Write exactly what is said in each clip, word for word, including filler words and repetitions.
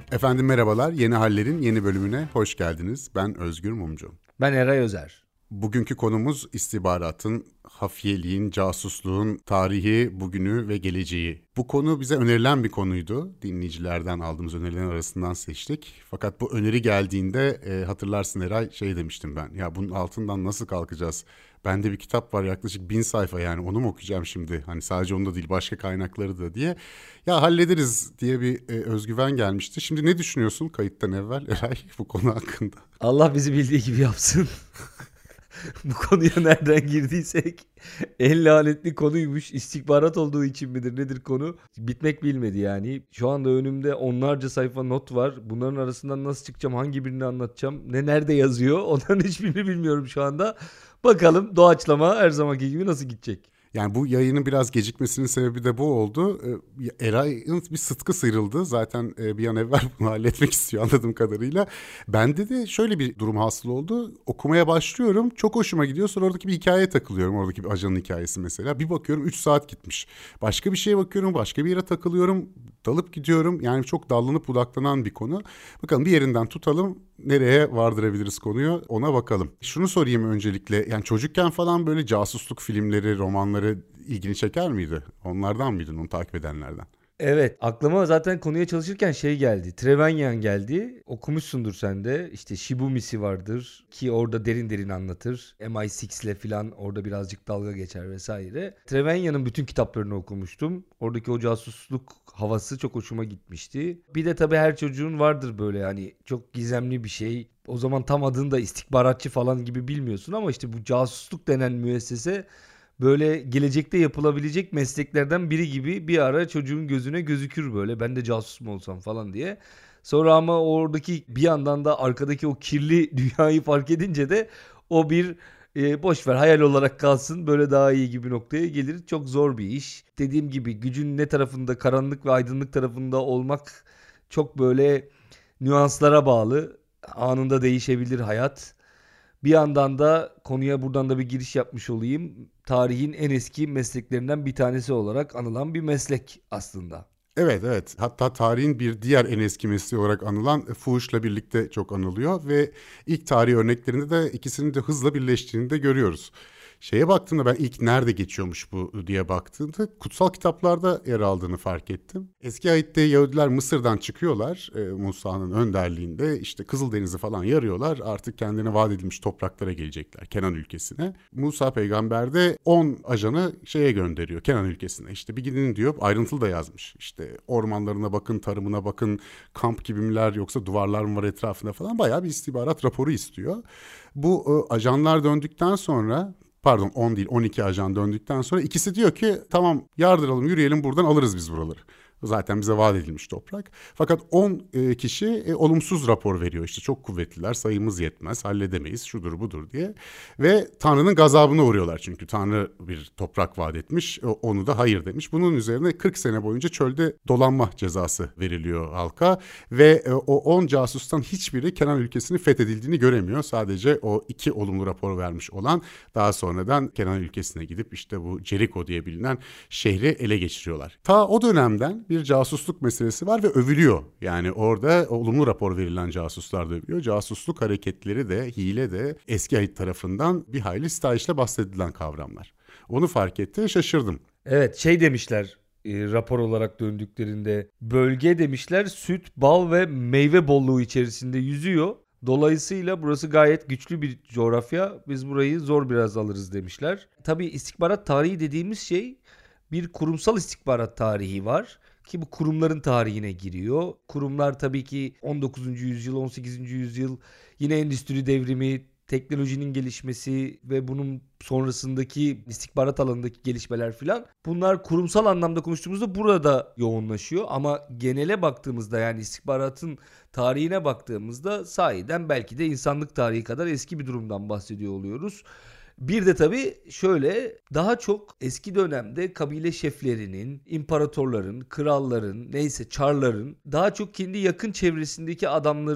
Efendim merhabalar, Yeni Haller'in yeni bölümüne hoş geldiniz. Ben Özgür Mumcu. Ben Eray Özer. Bugünkü konumuz istihbaratın, hafiyeliğin, casusluğun tarihi, bugünü ve geleceği. Bu konu bize önerilen bir konuydu. Dinleyicilerden aldığımız önerilerin arasından seçtik. Fakat bu öneri geldiğinde e, hatırlarsın Eray şey demiştim ben. Ya bunun altından nasıl kalkacağız? Bende bir kitap var yaklaşık bin sayfa, yani onu mu okuyacağım şimdi? Hani sadece onu da değil, başka kaynakları da diye. Ya hallederiz diye bir e, özgüven gelmişti. Şimdi ne düşünüyorsun kayıttan evvel Eray bu konu hakkında? Allah bizi bildiği gibi yapsın. Bu konuya nereden girdiysek en lanetli konuymuş. İstihbarat olduğu için midir nedir konu? Bitmek bilmedi yani. Şu anda önümde onlarca sayfa not var. Bunların arasından nasıl çıkacağım, hangi birini anlatacağım, ne nerede yazıyor onların hiçbirini bilmiyorum şu anda. Bakalım doğaçlama her zamanki gibi nasıl gidecek? Yani bu yayının biraz gecikmesinin sebebi de bu oldu. Eray'ın bir sıtkı sıyrıldı. Zaten bir an evvel bunu halletmek istiyor anladığım kadarıyla. Bende de şöyle bir durum hasıl oldu. Okumaya başlıyorum. Çok hoşuma gidiyor. Sonra oradaki bir hikayeye takılıyorum. Oradaki bir ajanın hikayesi mesela. Bir bakıyorum üç saat gitmiş. Başka bir şeye bakıyorum. Başka bir yere takılıyorum. Dalıp gidiyorum. Yani çok dallanıp budaklanan bir konu. Bakalım bir yerinden tutalım. Nereye vardırabiliriz konuyu, ona bakalım. Şunu sorayım öncelikle. Yani çocukken falan böyle casusluk filmleri, romanları ilgini çeker miydi? Onlardan mıydın, onu takip edenlerden? Evet, aklıma zaten konuya çalışırken şey geldi. Trevelyan geldi. Okumuşsundur sen de. İşte Shibumisi vardır ki orada derin derin anlatır. M I altı ile falan orada birazcık dalga geçer vesaire. Trevelyan'ın bütün kitaplarını okumuştum. Oradaki o casusluk havası çok hoşuma gitmişti. Bir de tabii her çocuğun vardır böyle hani çok gizemli bir şey. O zaman tam adını da istihbaratçı falan gibi bilmiyorsun ama işte bu casusluk denen müessese böyle gelecekte yapılabilecek mesleklerden biri gibi bir ara çocuğun gözüne gözükür böyle. Ben de casus mu olsam falan diye. Sonra ama oradaki bir yandan da arkadaki o kirli dünyayı fark edince de o bir e, boş ver hayal olarak kalsın böyle daha iyi gibi noktaya gelir. Çok zor bir iş. Dediğim gibi gücün ne tarafında, karanlık ve aydınlık tarafında olmak çok böyle nüanslara bağlı. Anında değişebilir hayat. Bir yandan da konuya buradan da bir giriş yapmış olayım. Tarihin en eski mesleklerinden bir tanesi olarak anılan bir meslek aslında. Evet, evet. Hatta tarihin bir diğer en eski mesleği olarak anılan e, fuhuşla birlikte çok anılıyor ve ilk tarih örneklerinde de ikisinin de hızla birleştiğini de görüyoruz. Şeye baktığımda ben ilk nerede geçiyormuş bu diye baktığımda kutsal kitaplarda yer aldığını fark ettim. Eski ayette Yahudiler Mısır'dan çıkıyorlar, e, Musa'nın önderliğinde işte Kızıldeniz'i falan yarıyorlar, artık kendine vaat edilmiş topraklara gelecekler, Kenan ülkesine. Musa peygamber de on ajanı şeye gönderiyor, Kenan ülkesine. İşte bir gidin diyor, ayrıntılı da yazmış. İşte ormanlarına bakın, tarımına bakın, kamp gibi miler yoksa duvarlar mı var etrafında falan, bayağı bir istihbarat raporu istiyor. Bu e, ajanlar döndükten sonra, pardon on değil on iki ajan döndükten sonra ikisi diyor ki tamam yardıralım, yürüyelim buradan, alırız biz buraları. Zaten bize vaat edilmiş toprak. Fakat on e, kişi e, olumsuz rapor veriyor. İşte çok kuvvetliler, sayımız yetmez, halledemeyiz, şudur budur diye. Ve Tanrı'nın gazabına uğruyorlar. Çünkü Tanrı bir toprak vaat etmiş, onu da hayır demiş. Bunun üzerine kırk sene boyunca çölde dolanma cezası veriliyor halka. Ve e, o on casustan hiçbiri Kenan ülkesini fethedildiğini göremiyor. Sadece o iki olumlu rapor vermiş olan daha sonradan Kenan ülkesine gidip işte bu Jericho diye bilinen şehri ele geçiriyorlar. Ta o dönemden bir casusluk meselesi var ve övülüyor. Yani orada olumlu rapor verilen casuslar da övülüyor. Casusluk hareketleri de, hile de eski ahit tarafından bir hayli stajla bahsedilen kavramlar. Onu fark etti, şaşırdım. Evet, şey demişler e, rapor olarak döndüklerinde, bölge demişler süt, bal ve meyve bolluğu içerisinde yüzüyor. Dolayısıyla burası gayet güçlü bir coğrafya. Biz burayı zor biraz alırız demişler. Tabii istihbarat tarihi dediğimiz şey, bir kurumsal istihbarat tarihi var ki bu kurumların tarihine giriyor. Kurumlar tabii ki on dokuzuncu yüzyıl, on sekizinci yüzyıl, yine endüstri devrimi, teknolojinin gelişmesi ve bunun sonrasındaki istihbarat alanındaki gelişmeler filan. Bunlar kurumsal anlamda konuştuğumuzda burada yoğunlaşıyor ama genele baktığımızda, yani istihbaratın tarihine baktığımızda sahiden belki de insanlık tarihi kadar eski bir durumdan bahsediyor oluyoruz. Bir de tabii şöyle, daha çok eski dönemde kabile şeflerinin, imparatorların, kralların, neyse çarların daha çok kendi yakın çevresindeki adamların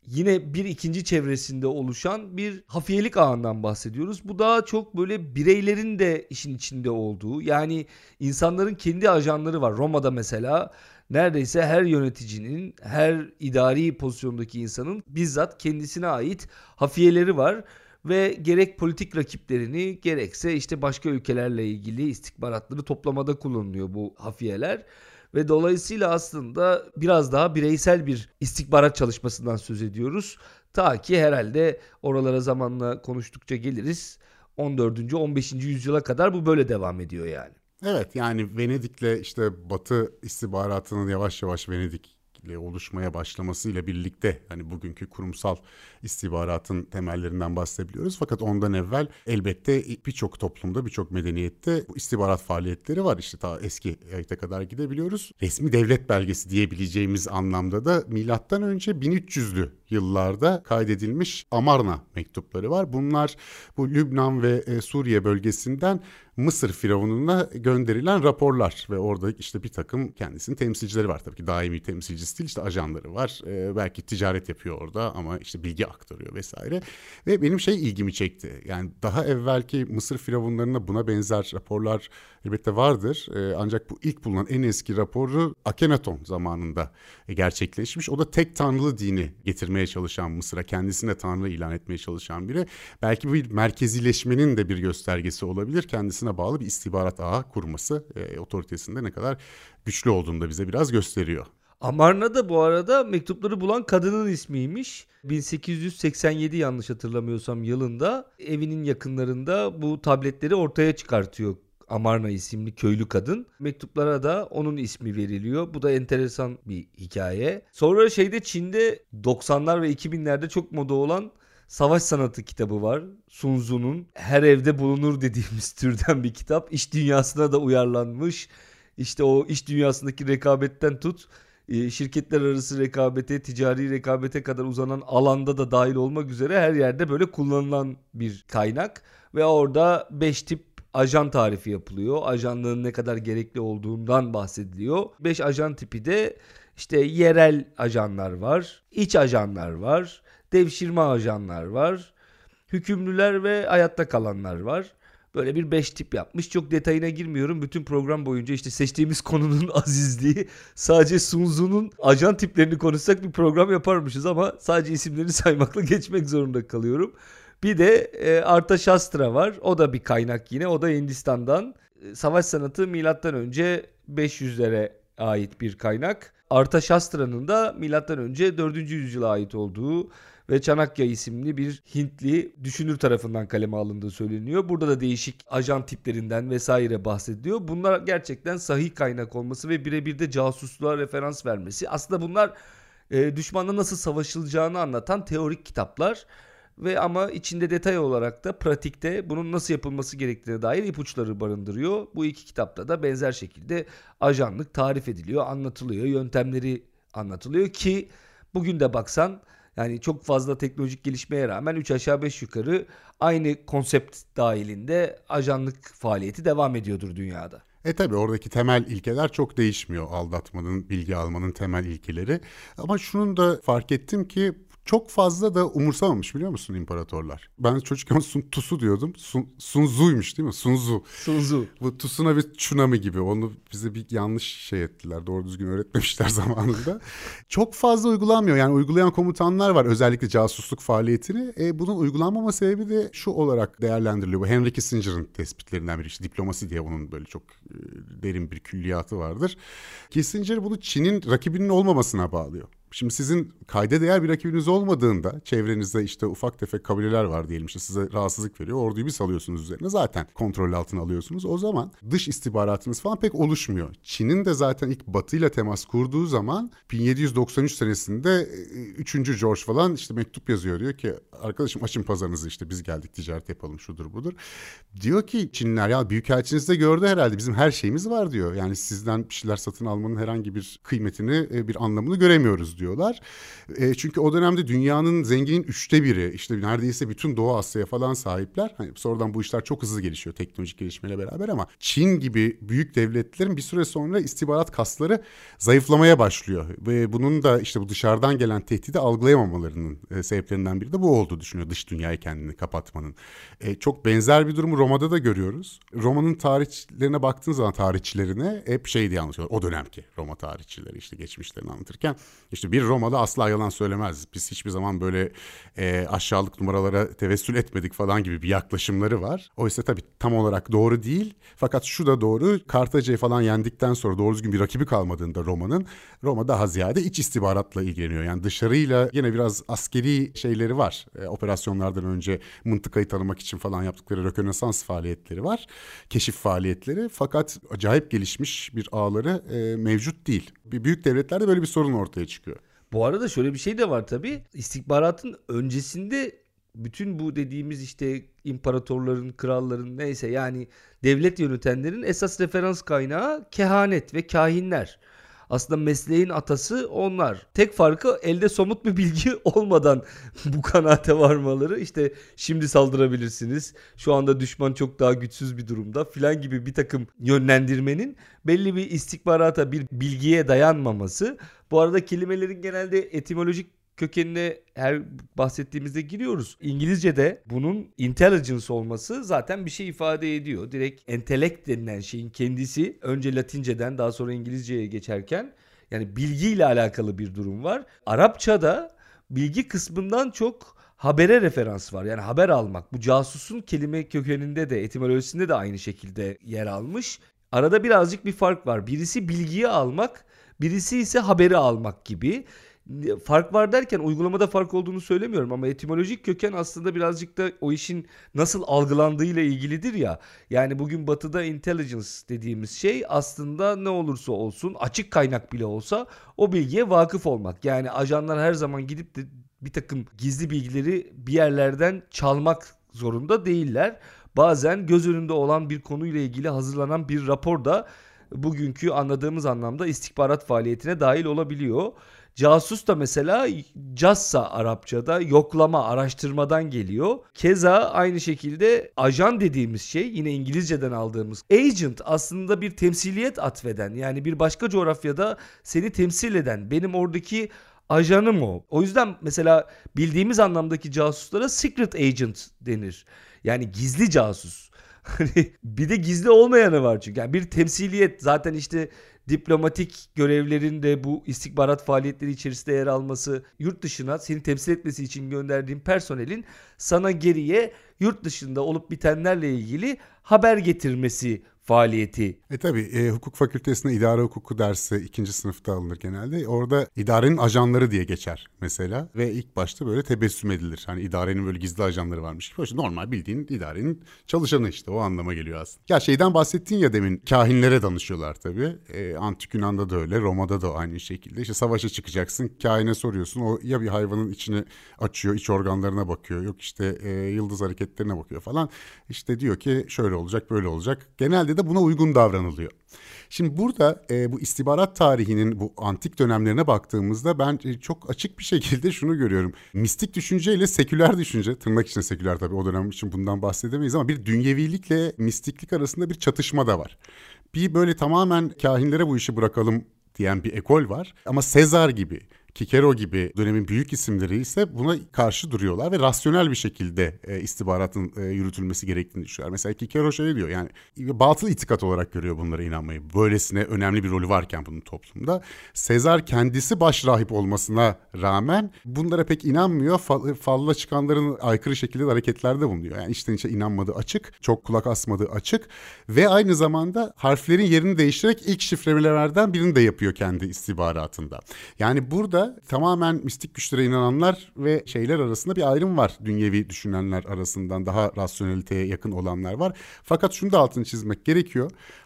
yine bir ikinci çevresinde oluşan bir hafiyelik ağından bahsediyoruz. Bu daha çok böyle bireylerin de işin içinde olduğu, yani insanların kendi ajanları var. Roma'da mesela neredeyse her yöneticinin, her idari pozisyondaki insanın bizzat kendisine ait hafiyeleri var. Ve gerek politik rakiplerini gerekse işte başka ülkelerle ilgili istihbaratları toplamada kullanılıyor bu hafiyeler. Ve dolayısıyla aslında biraz daha bireysel bir istihbarat çalışmasından söz ediyoruz. Ta ki herhalde oralara zamanla konuştukça geliriz. on dördüncü on beşinci yüzyıla kadar bu böyle devam ediyor yani. Evet, yani Venedik'le işte Batı istihbaratının yavaş yavaş Venedik'le oluşmaya başlamasıyla birlikte hani bugünkü kurumsal istihbaratın temellerinden bahsedebiliyoruz. Fakat ondan evvel elbette birçok toplumda, birçok medeniyette bu istihbarat faaliyetleri var. İşte ta eski ayete kadar gidebiliyoruz. Resmi devlet belgesi diyebileceğimiz anlamda da milattan önce bin üç yüzlü yıllarda kaydedilmiş Amarna mektupları var. Bunlar bu Lübnan ve Suriye bölgesinden Mısır firavununa gönderilen raporlar ve orada işte bir takım kendisinin temsilcileri var. Tabii ki daimi temsilcisi değil, işte ajanları var. Ee, belki ticaret yapıyor orada ama işte bilgi aktarıyor vesaire. Ve benim şey ilgimi çekti. Yani daha evvelki Mısır firavunlarına buna benzer raporlar elbette vardır. Ee, ancak bu ilk bulunan en eski raporu Akhenaton zamanında gerçekleşmiş. O da tek tanrılı dini getirmeye çalışan Mısır'a, kendisine tanrı ilan etmeye çalışan biri. Belki bir merkezileşmenin de bir göstergesi olabilir. Kendisine bağlı bir istihbarat ağı kurması e, otoritesinde ne kadar güçlü olduğunu da bize biraz gösteriyor. Amarna da bu arada mektupları bulan kadının ismiymiş. bin sekiz yüz seksen yedi yanlış hatırlamıyorsam yılında evinin yakınlarında bu tabletleri ortaya çıkartıyor Amarna isimli köylü kadın. Mektuplara da onun ismi veriliyor. Bu da enteresan bir hikaye. Sonra şeyde Çin'de doksanlar ve iki binlerde çok moda olan savaş sanatı kitabı var. Sun Tzu'nun her evde bulunur dediğimiz türden bir kitap. İş dünyasına da uyarlanmış. İşte o iş dünyasındaki rekabetten tut, şirketler arası rekabete, ticari rekabete kadar uzanan alanda da dahil olmak üzere her yerde böyle kullanılan bir kaynak. Ve orada beş tip ajan tarifi yapılıyor. Ajanlığın ne kadar gerekli olduğundan bahsediliyor. beş ajan tipi de işte yerel ajanlar var, iç ajanlar var, devşirme ajanlar var, hükümlüler ve hayatta kalanlar var. Böyle bir beş tip yapmış. Çok detayına girmiyorum. Bütün program boyunca işte seçtiğimiz konunun azizliği, sadece Sun Tzu'nun ajan tiplerini konuşsak bir program yaparmışız ama sadece isimlerini saymakla geçmek zorunda kalıyorum. Bir de e, Arthashastra var. O da bir kaynak yine. O da Hindistan'dan. E, savaş sanatı milattan önce beş yüzlere ait bir kaynak. Arthashastra'nın da milattan önce dördüncü yüzyıla ait olduğu ve Çanakya isimli bir Hintli düşünür tarafından kaleme alındığı söyleniyor. Burada da değişik ajan tiplerinden vesaire bahsediliyor. Bunlar gerçekten sahih kaynak olması ve birebir de casusluğa referans vermesi. Aslında bunlar e, düşmanla nasıl savaşılacağını anlatan teorik kitaplar. Ve ama içinde detay olarak da pratikte bunun nasıl yapılması gerektiğine dair ipuçları barındırıyor. Bu iki kitapta da benzer şekilde ajanlık tarif ediliyor, anlatılıyor, yöntemleri anlatılıyor ki bugün de baksan yani çok fazla teknolojik gelişmeye rağmen üç aşağı beş yukarı aynı konsept dahilinde ajanlık faaliyeti devam ediyordur dünyada. E tabi oradaki temel ilkeler çok değişmiyor, aldatmanın, bilgi almanın temel ilkeleri. Ama şunu da fark ettim ki çok fazla da umursamamış, biliyor musun imparatorlar? Ben çocukken Sun Tzu diyordum. Sun, Sun Tzu'ymuş değil mi? Sun Tzu. Sun Tzu. Bu Tsunami Tsunami gibi. Onu bize bir yanlış şey ettiler. Doğru düzgün öğretmemişler zamanında. Çok fazla uygulanmıyor. Yani uygulayan komutanlar var. Özellikle casusluk faaliyetini. E, bunun uygulanmama sebebi de şu olarak değerlendiriliyor. Bu Henry Kissinger'ın tespitlerinden biri. İşte diplomasi diye onun böyle çok e, derin bir külliyatı vardır. Kissinger bunu Çin'in rakibinin olmamasına bağlıyor. Şimdi sizin kayda değer bir rakibiniz olmadığında çevrenizde işte ufak tefek kabileler var diyelim, işte size rahatsızlık veriyor. Orduyu bir salıyorsunuz üzerine, zaten kontrol altına alıyorsunuz. O zaman dış istihbaratınız falan pek oluşmuyor. Çin'in de zaten ilk Batı'yla temas kurduğu zaman bin yedi yüz doksan üç senesinde üçüncü George falan işte mektup yazıyor. Diyor ki arkadaşım açın pazarınızı, işte biz geldik ticaret yapalım, şudur budur. Diyor ki Çinliler ya büyükelçiniz de gördü herhalde, bizim her şeyimiz var diyor. Yani sizden bir şeyler satın almanın herhangi bir kıymetini, bir anlamını göremiyoruz diyor. diyorlar. E, çünkü o dönemde dünyanın zenginin üçte biri, işte neredeyse bütün Doğu Asya'ya falan sahipler. Hani sonradan bu işler çok hızlı gelişiyor teknolojik gelişmeyle beraber ama Çin gibi büyük devletlerin bir süre sonra istihbarat kasları zayıflamaya başlıyor. Ve bunun da işte bu dışarıdan gelen tehdidi algılayamamalarının e, sebeplerinden biri de bu olduğu düşünüyor, dış dünyayı kendini kapatmanın. E, çok benzer bir durumu Roma'da da görüyoruz. Roma'nın tarihlerine baktığın zaman tarihçilerine hep şey diye anlatıyorlar. O dönemki Roma tarihçileri işte geçmişlerini anlatırken işte bir Romalı asla yalan söylemez. Biz hiçbir zaman böyle e, aşağılık numaralara tevessül etmedik falan gibi bir yaklaşımları var. Oysa tabii tam olarak doğru değil. Fakat şu da doğru. Kartaca'yı falan yendikten sonra doğru düzgün bir rakibi kalmadığında Roma'nın, Roma daha ziyade iç istihbaratla ilgileniyor. Yani dışarıyla yine biraz askeri şeyleri var. E, operasyonlardan önce mıntıkayı tanımak için falan yaptıkları rökonesans faaliyetleri var. Keşif faaliyetleri. Fakat acayip gelişmiş bir ağları e, mevcut değil. Bir büyük devletlerde böyle bir sorun ortaya çıkıyor. Bu arada şöyle bir şey de var tabii. İstihbaratın öncesinde bütün bu dediğimiz işte imparatorların, kralların neyse yani devlet yönetenlerin esas referans kaynağı kehanet ve kahinler. Aslında mesleğin atası onlar. Tek farkı elde somut bir bilgi olmadan bu kanaate varmaları. İşte şimdi saldırabilirsiniz. Şu anda düşman çok daha güçsüz bir durumda filan gibi bir takım yönlendirmenin belli bir istihbarata, bir bilgiye dayanmaması. Bu arada kelimelerin genelde etimolojik kökenine her bahsettiğimizde giriyoruz. İngilizce'de bunun intelligence olması zaten bir şey ifade ediyor. Direkt entelekt denilen şeyin kendisi önce Latinceden daha sonra İngilizce'ye geçerken yani bilgiyle alakalı bir durum var. Arapça'da bilgi kısmından çok habere referans var. Yani haber almak. Bu casusun kelime kökeninde de etimolojisinde de aynı şekilde yer almış. Arada birazcık bir fark var. Birisi bilgiyi almak, birisi ise haberi almak gibi. Fark var derken uygulamada fark olduğunu söylemiyorum ama etimolojik köken aslında birazcık da o işin nasıl algılandığıyla ilgilidir ya. Yani bugün batıda intelligence dediğimiz şey aslında ne olursa olsun açık kaynak bile olsa o bilgiye vakıf olmak. Yani ajanlar her zaman gidip de bir takım gizli bilgileri bir yerlerden çalmak zorunda değiller. Bazen göz önünde olan bir konuyla ilgili hazırlanan bir rapor da bugünkü anladığımız anlamda istihbarat faaliyetine dahil olabiliyor. Casus da mesela cassa Arapçada yoklama, araştırmadan geliyor. Keza aynı şekilde ajan dediğimiz şey yine İngilizceden aldığımız agent aslında bir temsiliyet atfeden yani bir başka coğrafyada seni temsil eden benim oradaki ajanım o. O yüzden mesela bildiğimiz anlamdaki casuslara secret agent denir. Yani gizli casus. Hani bir de gizli olmayanı var çünkü. Yani bir temsiliyet zaten işte diplomatik görevlerin de bu istihbarat faaliyetleri içerisinde yer alması, yurt dışına seni temsil etmesi için gönderdiğin personelin sana geriye yurt dışında olup bitenlerle ilgili haber getirmesi faaliyeti. E tabii e, hukuk fakültesinde idare hukuku dersi ikinci sınıfta alınır genelde. Orada idarenin ajanları diye geçer mesela ve ilk başta böyle tebessüm edilir. Hani idarenin böyle gizli ajanları varmış gibi. İşte normal bildiğin idarenin çalışanı işte o anlama geliyor aslında. Ya şeyden bahsettin ya demin kahinlere danışıyorlar tabii. E, Antik Yunan'da da öyle, Roma'da da aynı şekilde. İşte savaşa çıkacaksın, kahine soruyorsun. O ya bir hayvanın içini açıyor, iç organlarına bakıyor. Yok işte e, yıldız hareketlerine bakıyor falan. İşte diyor ki şöyle olacak, böyle olacak. Genelde de buna uygun davranılıyor. Şimdi burada e, bu istihbarat tarihinin bu antik dönemlerine baktığımızda ben e, çok açık bir şekilde şunu görüyorum. Mistik düşünceyle seküler düşünce, tırnak içinde seküler tabii o dönem için bundan bahsedemeyiz ama bir dünyevilikle mistiklik arasında bir çatışma da var. Bir böyle tamamen kahinlere bu işi bırakalım diyen bir ekol var ama Sezar gibi, Kikero gibi dönemin büyük isimleri ise buna karşı duruyorlar ve rasyonel bir şekilde e, istihbaratın e, yürütülmesi gerektiğini düşünüyorlar. Mesela Kikero şey diyor yani batıl itikat olarak görüyor bunlara inanmayı. Böylesine önemli bir rolü varken bunun toplumda. Sezar kendisi başrahip olmasına rağmen bunlara pek inanmıyor. Fal, falla çıkanların aykırı şekilde hareketlerde bulunuyor. Yani içten içe inanmadığı açık, çok kulak asmadığı açık ve aynı zamanda harflerin yerini değiştirerek ilk şifremelerden birini de yapıyor kendi istihbaratında. Yani burada tamamen mistik güçlere inananlar ve şeyler arasında bir ayrım var. Dünyevi düşünenler arasından daha rasyoneliteye yakın olanlar var. Fakat şunu da altını çizmek gerekiyor.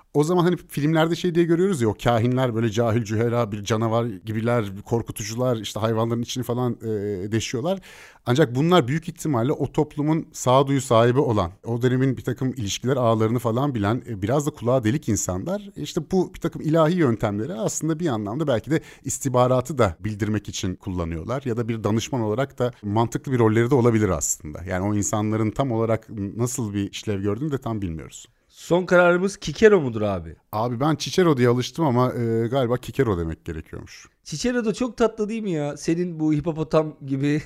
O zaman hani filmlerde şey diye görüyoruz ya, o kahinler böyle cahil cühela bir canavar gibiler, korkutucular, işte hayvanların içini falan e, deşiyorlar. Ancak bunlar büyük ihtimalle o toplumun sağduyu sahibi olan, o dönemin bir takım ilişkiler ağlarını falan bilen, e, biraz da kulağa delik insanlar. İşte bu bir takım ilahi yöntemleri aslında bir anlamda belki de istihbaratı da bildirmek için kullanıyorlar. Ya da bir danışman olarak da mantıklı bir rolleri de olabilir aslında. Yani o insanların tam olarak nasıl bir işlev gördüğünü de tam bilmiyoruz. Son kararımız Kikero mudur abi? Abi ben Cicero diye alıştım ama e, galiba Kikero demek gerekiyormuş. Cicero da çok tatlı değil mi ya? Senin bu hipopotam gibi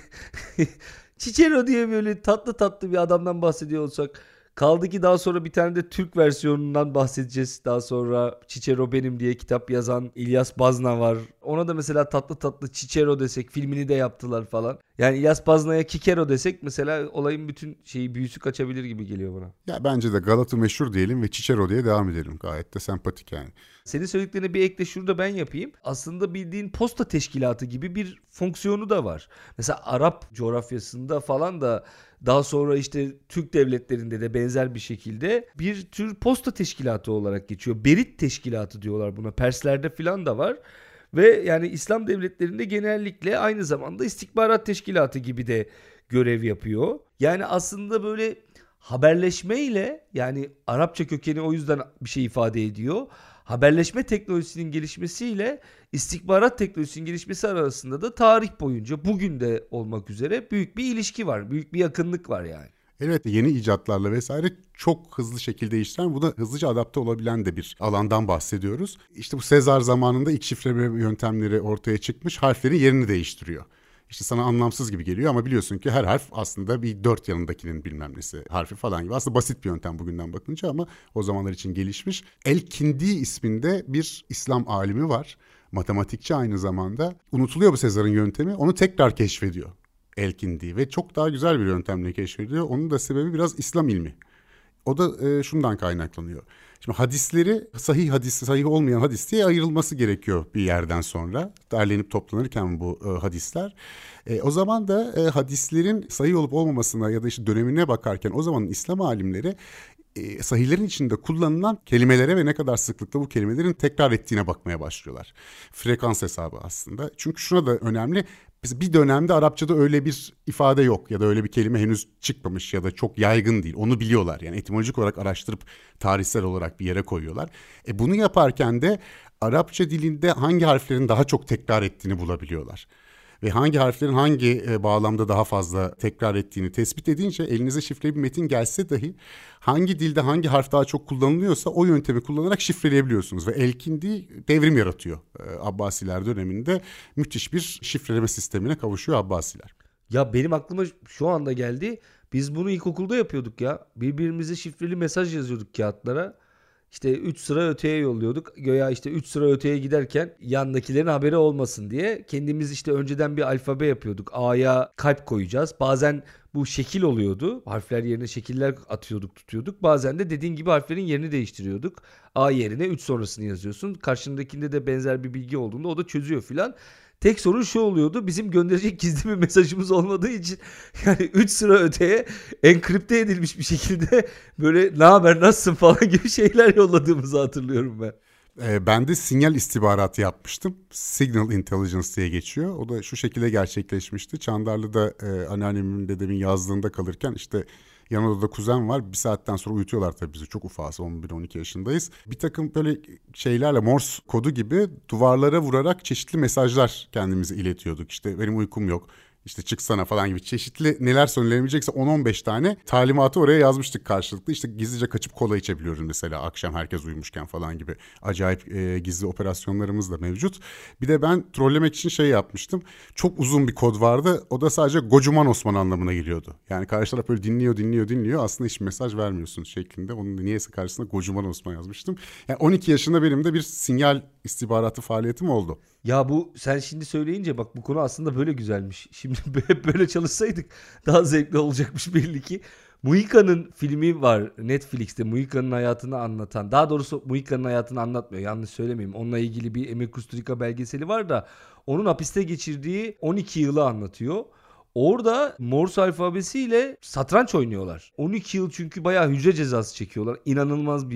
Cicero diye böyle tatlı tatlı bir adamdan bahsediyor olsak. Kaldı ki daha sonra bir tane de Türk versiyonundan bahsedeceğiz. Daha sonra Cicero benim diye kitap yazan İlyas Bazna var. Ona da mesela tatlı tatlı Cicero desek, filmini de yaptılar falan. Yani İlyas Bazna'ya Kikero desek mesela olayın bütün şeyi, büyüsü kaçabilir gibi geliyor bana. Ya bence de Galata meşhur diyelim ve Cicero diye devam edelim. Gayet de sempatik yani. Senin söylediklerine bir ekle şurada ben yapayım. Aslında bildiğin posta teşkilatı gibi bir fonksiyonu da var. Mesela Arap coğrafyasında falan da, daha sonra işte Türk devletlerinde de benzer bir şekilde bir tür posta teşkilatı olarak geçiyor. Berit teşkilatı diyorlar buna. Perslerde falan da var. Ve yani İslam devletlerinde genellikle aynı zamanda istihbarat teşkilatı gibi de görev yapıyor. Yani aslında böyle haberleşmeyle, yani Arapça kökeni o yüzden bir şey ifade ediyor. Haberleşme teknolojisinin gelişmesiyle istihbarat teknolojisinin gelişmesi arasında da tarih boyunca, bugün de olmak üzere büyük bir ilişki var. Büyük bir yakınlık var yani. Evet, yeni icatlarla vesaire çok hızlı şekilde değiştiren, bu da hızlıca adapte olabilen de bir alandan bahsediyoruz. İşte bu Sezar zamanında ilk şifreleme yöntemleri ortaya çıkmış, harflerin yerini değiştiriyor. İşte sana anlamsız gibi geliyor ama biliyorsun ki her harf aslında bir dört yanındakinin bilmem nesi harfi falan gibi. Aslında basit bir yöntem bugünden bakınca ama o zamanlar için gelişmiş. El-Kindi isminde bir İslam alimi var. Matematikçi aynı zamanda. Unutuluyor bu Sezar'ın yöntemi. Onu tekrar keşfediyor El-Kindi ve çok daha güzel bir yöntemle keşfediyor. Onun da sebebi biraz İslam ilmi. O da e, şundan kaynaklanıyor. Şimdi hadisleri sahih hadis, sahih olmayan hadis diye ayrılması gerekiyor bir yerden sonra. Derlenip toplanırken bu e, hadisler. E, o zaman da e, hadislerin sahih olup olmamasına ya da işte dönemine bakarken o zamanın İslam alimleri e, sahihlerin içinde kullanılan kelimelere ve ne kadar sıklıkla bu kelimelerin tekrar ettiğine bakmaya başlıyorlar. Frekans hesabı aslında. Çünkü şuna da önemli. Bir dönemde Arapçada öyle bir ifade yok ya da öyle bir kelime henüz çıkmamış ya da çok yaygın değil. Onu biliyorlar, yani etimolojik olarak araştırıp tarihsel olarak bir yere koyuyorlar. E bunu yaparken de Arapça dilinde hangi harflerin daha çok tekrar ettiğini bulabiliyorlar. Ve hangi harflerin hangi e, bağlamda daha fazla tekrar ettiğini tespit edince elinize şifreli bir metin gelse dahi hangi dilde hangi harf daha çok kullanılıyorsa o yöntemi kullanarak şifreleyebiliyorsunuz. Ve El-Kindi devrim yaratıyor. E, Abbasiler döneminde müthiş bir şifreleme sistemine kavuşuyor Abbasiler. Ya benim aklıma şu anda geldi. Biz bunu ilkokulda yapıyorduk ya. Birbirimize şifreli mesaj yazıyorduk kağıtlara. İşte üç sıra öteye yolluyorduk. Göya işte üç sıra öteye giderken yandakilerin haberi olmasın diye kendimiz işte önceden bir alfabe yapıyorduk. A'ya kalp koyacağız. Bazen bu şekil oluyordu. Harfler yerine şekiller atıyorduk, tutuyorduk. Bazen de dediğin gibi harflerin yerini değiştiriyorduk. A yerine üç sonrasını yazıyorsun. Karşındakinde de benzer bir bilgi olduğunda o da çözüyor filan. Tek sorun şu oluyordu. Bizim gönderecek gizli bir mesajımız olmadığı için yani üç sıra öteye enkripte edilmiş bir şekilde böyle ne haber, nasılsın falan gibi şeyler yolladığımızı hatırlıyorum ben. E, ben de sinyal istihbaratı yapmıştım. Signal Intelligence diye geçiyor. O da şu şekilde gerçekleşmişti. Çandarlı'da e, anneannemin, dedemin yazlığında kalırken işte yan odada kuzen var. Bir saatten sonra uyutuyorlar tabii bizi. Çok ufağız, on bir on iki yaşındayız. Bir takım böyle şeylerle, Morse kodu gibi duvarlara vurarak çeşitli mesajlar kendimize iletiyorduk. İşte benim uykum yok, İşte çıksana falan gibi çeşitli, neler söylenebilecekse on on beş tane talimatı oraya yazmıştık karşılıklı. İşte gizlice kaçıp kola içebiliyoruz mesela akşam herkes uyumuşken falan gibi acayip e, gizli operasyonlarımız da mevcut. Bir de ben trollemek için şey yapmıştım. Çok uzun bir kod vardı. O da sadece Gocuman Osman anlamına geliyordu. Yani karşı taraf böyle dinliyor dinliyor dinliyor. Aslında hiç mesaj vermiyorsun şeklinde. Onun da niyeyse karşısına Gocuman Osman yazmıştım. Yani on iki yaşında benim de bir sinyal istihbaratı faaliyetim oldu. Ya bu sen şimdi söyleyince bak bu konu aslında böyle güzelmiş. Şimdi hep böyle çalışsaydık daha zevkli olacakmış belli ki. Muhika'nın filmi var Netflix'te, Muhika'nın hayatını anlatan. Daha doğrusu Muhika'nın hayatını anlatmıyor, yanlış söylemeyeyim. Onunla ilgili bir Emir Kusturica belgeseli var da onun hapiste geçirdiği on iki yılı anlatıyor. Orada Morse alfabesiyle satranç oynuyorlar. on iki yıl, çünkü bayağı hücre cezası çekiyorlar. İnanılmaz bir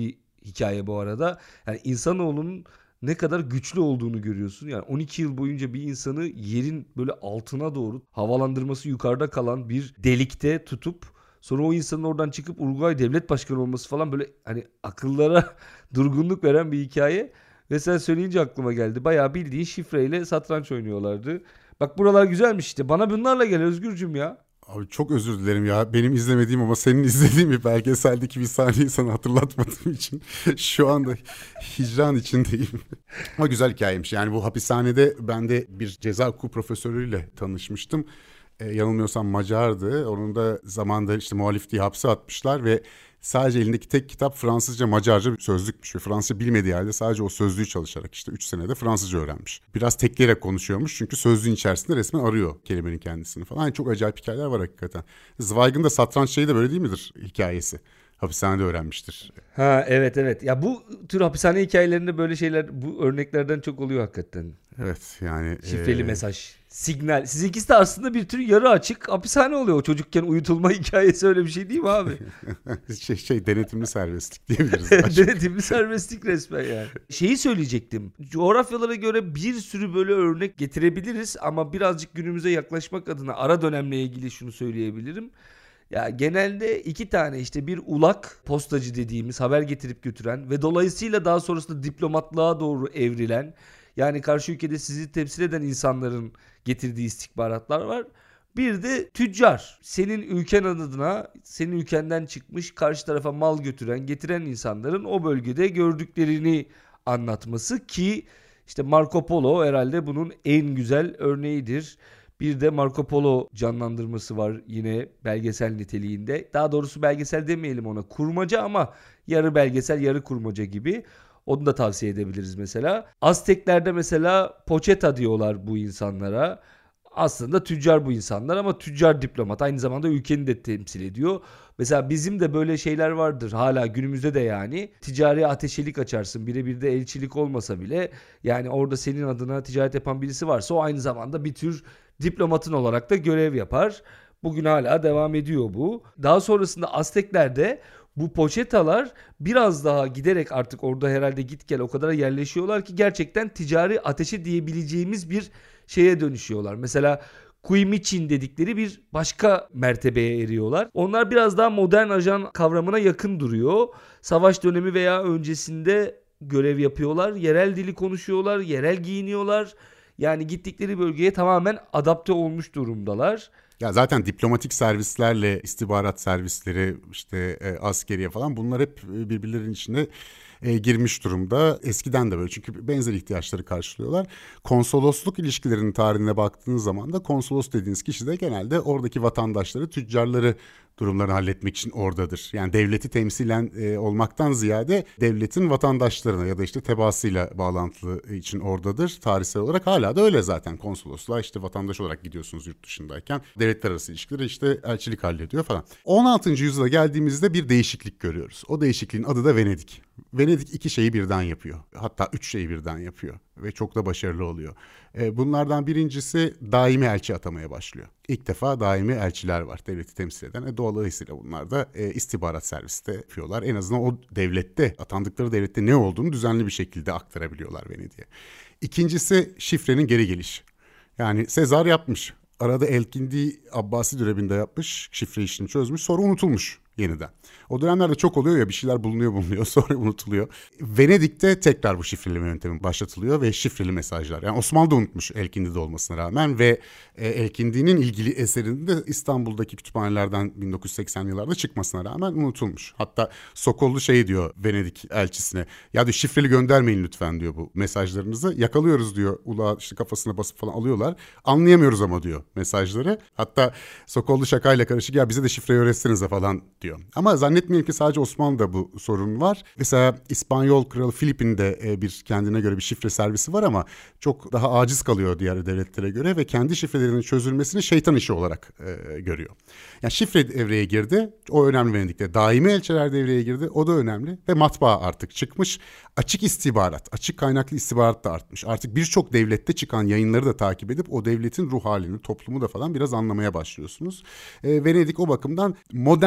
hikaye bu arada. Yani insanoğlunun ne kadar güçlü olduğunu görüyorsun. Yani on iki yıl boyunca bir insanı yerin böyle altına doğru havalandırması yukarıda kalan bir delikte tutup sonra o insanın oradan çıkıp Uruguay devlet başkanı olması falan böyle hani akıllara durgunluk veren bir hikaye. Ve sen söyleyince aklıma geldi. Bayağı bildiğin şifreyle satranç oynuyorlardı. Bak buralar güzelmiş işte. Bana bunlarla gel Özgürcüm ya. Abi çok özür dilerim ya. Benim izlemediğim ama senin izlediğin bir belgeseldeki bir sahneyi sana hatırlatmadığım için şu anda hicran içindeyim. Ama güzel hikayeymiş. Yani bu hapishanede ben de bir ceza hukuku profesörüyle tanışmıştım. Ee, yanılmıyorsam Macar'dı. Onun da zamanında işte muhalif diye hapse atmışlar ve sadece elindeki tek kitap Fransızca Macarca bir sözlükmüş ve Fransızca bilmediği halde sadece o sözlüğü çalışarak işte üç senede Fransızca öğrenmiş. Biraz tekleyerek konuşuyormuş çünkü sözlüğün içerisinde resmen arıyor kelimenin kendisini falan. Yani çok acayip hikayeler var hakikaten. Zweig'ın da satranç şeyi de böyle değil midir hikayesi? Hapishanede öğrenmiştir. Ha evet evet. Ya bu tür hapishane hikayelerinde böyle şeyler bu örneklerden çok oluyor hakikaten. Evet yani. Şifreli ee... mesaj. Signal. Sizinkisi de aslında bir tür yarı açık hapishane oluyor. O çocukken uyutulma hikayesi öyle bir şey değil mi abi? şey, şey denetimli serbestlik diyebiliriz. Denetimli serbestlik resmen yani. Şeyi söyleyecektim. Coğrafyalara göre bir sürü böyle örnek getirebiliriz ama birazcık günümüze yaklaşmak adına ara dönemle ilgili şunu söyleyebilirim. Ya genelde iki tane işte bir ulak postacı dediğimiz haber getirip götüren ve dolayısıyla daha sonrasında diplomatlığa doğru evrilen yani karşı ülkede sizi temsil eden insanların getirdiği istihbaratlar var. Bir de tüccar. Senin ülken adına senin ülkenden çıkmış karşı tarafa mal götüren getiren insanların o bölgede gördüklerini anlatması ki işte Marco Polo herhalde bunun en güzel örneğidir. Bir de Marco Polo canlandırması var yine belgesel niteliğinde. Daha doğrusu belgesel demeyelim ona. Kurmaca ama yarı belgesel yarı kurmaca gibi. Onu da tavsiye edebiliriz mesela. Azteklerde mesela pocheta diyorlar bu insanlara. Aslında tüccar bu insanlar ama tüccar diplomat. Aynı zamanda ülkeni de temsil ediyor. Mesela bizim de böyle şeyler vardır hala günümüzde de yani. Ticari ateşelik açarsın. Birebir de elçilik olmasa bile. Yani orada senin adına ticaret yapan birisi varsa o aynı zamanda bir tür diplomatın olarak da görev yapar. Bugün hala devam ediyor bu. Daha sonrasında Azteklerde bu poçetalar biraz daha giderek artık orada herhalde git gel o kadar yerleşiyorlar ki gerçekten ticari ateşe diyebileceğimiz bir şeye dönüşüyorlar. Mesela Kuimichin dedikleri bir başka mertebeye eriyorlar. Onlar biraz daha modern ajan kavramına yakın duruyor. Savaş dönemi veya öncesinde görev yapıyorlar. Yerel dili konuşuyorlar, yerel giyiniyorlar. Yani gittikleri bölgeye tamamen adapte olmuş durumdalar. Ya zaten diplomatik servislerle istihbarat servisleri işte e, askeriye falan bunlar hep birbirlerinin içine e, girmiş durumda. Eskiden de böyle çünkü benzer ihtiyaçları karşılıyorlar. Konsolosluk ilişkilerinin tarihine baktığınız zaman da konsolos dediğiniz kişi de genelde oradaki vatandaşları, tüccarları durumlarını halletmek için oradadır. Yani devleti temsilen e, olmaktan ziyade devletin vatandaşlarına ya da işte tebaasıyla bağlantılı için oradadır. Tarihsel olarak hala da öyle zaten. Konsolosluğa işte vatandaş olarak gidiyorsunuz yurt dışındayken. Devletler arası ilişkileri işte elçilik hallediyor falan. on altıncı yüzyıla geldiğimizde bir değişiklik görüyoruz. O değişikliğin adı da Venedik. Venedik iki şeyi birden yapıyor. Hatta üç şeyi birden yapıyor. Ve çok da başarılı oluyor. Bunlardan birincisi daimi elçi atamaya başlıyor. İlk defa daimi elçiler var devleti temsil eden. E, dolayısıyla bunlar da e, istihbarat serviste yapıyorlar. En azından o devlette, atandıkları devlette ne olduğunu düzenli bir şekilde aktarabiliyorlar Venedik'e. İkincisi şifrenin geri gelişi. Yani Sezar yapmış. Arada Elkindi Abbasi döneminde yapmış. Şifre işini çözmüş. Sonra unutulmuş yeniden. O dönemlerde çok oluyor ya bir şeyler bulunuyor bulunuyor sonra unutuluyor. Venedik'te tekrar bu şifreleme yöntemi başlatılıyor ve şifreli mesajlar. Yani Osmanlı da unutmuş Elkindi'de olmasına rağmen ve e, Elkindi'nin ilgili eserinin de İstanbul'daki kütüphanelerden bin dokuz yüz seksenli yıllarda çıkmasına rağmen unutulmuş. Hatta Sokollu şey diyor Venedik elçisine ya diyor şifreli göndermeyin lütfen diyor bu mesajlarınızı. Yakalıyoruz diyor ulağı işte kafasına basıp falan alıyorlar. Anlayamıyoruz ama diyor mesajları. Hatta Sokollu şakayla karışık ya bize de şifreyi öğretsenize falan diyor. Ama zannetmeyin ki sadece Osmanlı'da bu sorun var. Mesela İspanyol Kralı Filip'in de bir kendine göre bir şifre servisi var ama çok daha aciz kalıyor diğer devletlere göre ve kendi şifrelerinin çözülmesini şeytan işi olarak e, görüyor. Yani şifre devreye girdi. O önemli Venedik'te. Daimi elçiler devreye girdi. O da önemli. Ve matbaa artık çıkmış. Açık istihbarat, açık kaynaklı istihbarat da artmış. Artık birçok devlette çıkan yayınları da takip edip o devletin ruh halini, toplumu da falan biraz anlamaya başlıyorsunuz. E, Venedik o bakımdan modern anlamda